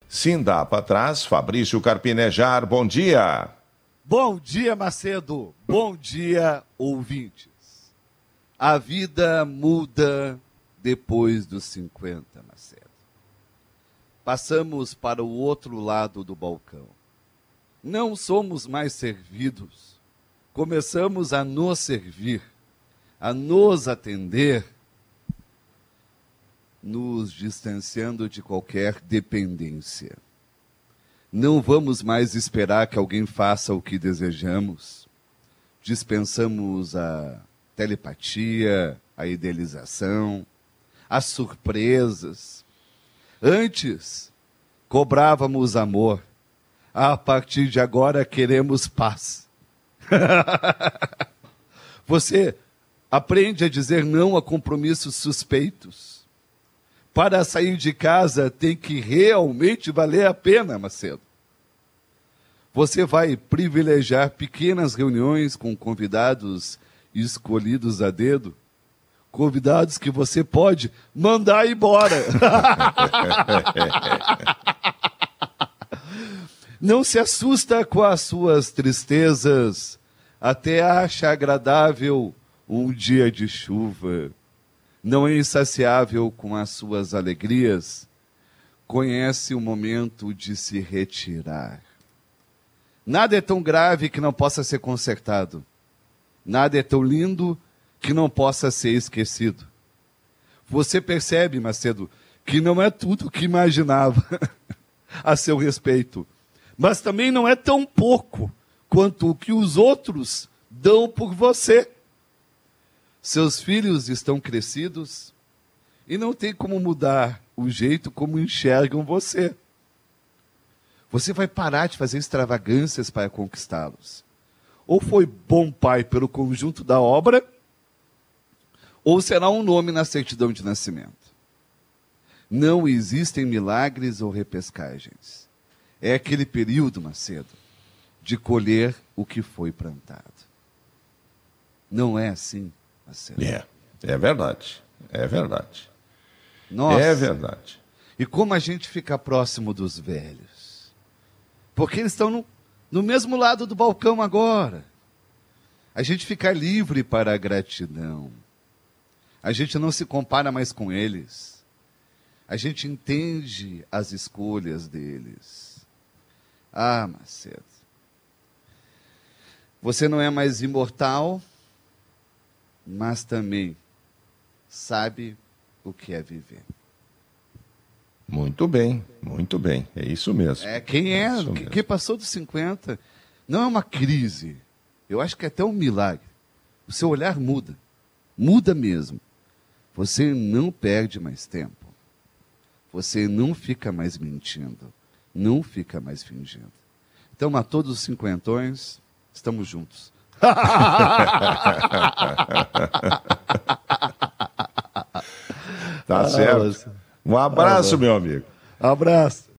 Sindapa traz Fabrício Carpinejar. Bom dia. Bom dia, Macedo. Bom dia, ouvintes. A vida muda depois dos 50, Macedo. Passamos para o outro lado do balcão. Não somos mais servidos. Começamos a nos servir, a nos atender, nos distanciando de qualquer dependência. Não vamos mais esperar que alguém faça o que desejamos. Dispensamos a telepatia, a idealização, as surpresas. Antes, cobrávamos amor. A partir de agora, queremos paz. Você aprende a dizer não a compromissos suspeitos. Para sair de casa tem que realmente valer a pena, Macedo. Você vai privilegiar pequenas reuniões com convidados escolhidos a dedo, convidados que você pode mandar embora. Não se assusta com as suas tristezas, até acha agradável um dia de chuva. Não é insaciável com as suas alegrias, conhece o momento de se retirar. Nada é tão grave que não possa ser consertado. Nada é tão lindo que não possa ser esquecido. Você percebe, Macedo, que não é tudo o que imaginava a seu respeito, mas também não é tão pouco quanto o que os outros dão por você. Seus filhos estão crescidos e não tem como mudar o jeito como enxergam você. Você vai parar de fazer extravagâncias para conquistá-los. Ou foi bom pai pelo conjunto da obra, ou será um nome na certidão de nascimento. Não existem milagres ou repescagens. É aquele período, Macedo, de colher o que foi plantado. Não é assim, Macedo? É verdade. É verdade. Nossa. É verdade. E como a gente fica próximo dos velhos? Porque eles estão no mesmo lado do balcão agora. A gente fica livre para a gratidão. A gente não se compara mais com eles. A gente entende as escolhas deles. Ah, Macedo. Você não é mais imortal, mas também sabe o que é viver. Muito bem, muito bem. É isso mesmo. Quem passou dos 50, não é uma crise. Eu acho que é até um milagre. O seu olhar muda. Muda mesmo. Você não perde mais tempo. Você não fica mais mentindo. Não fica mais fingindo. Então, a todos os cinquentões, estamos juntos. Tá certo. Um abraço, meu amigo. Abraço.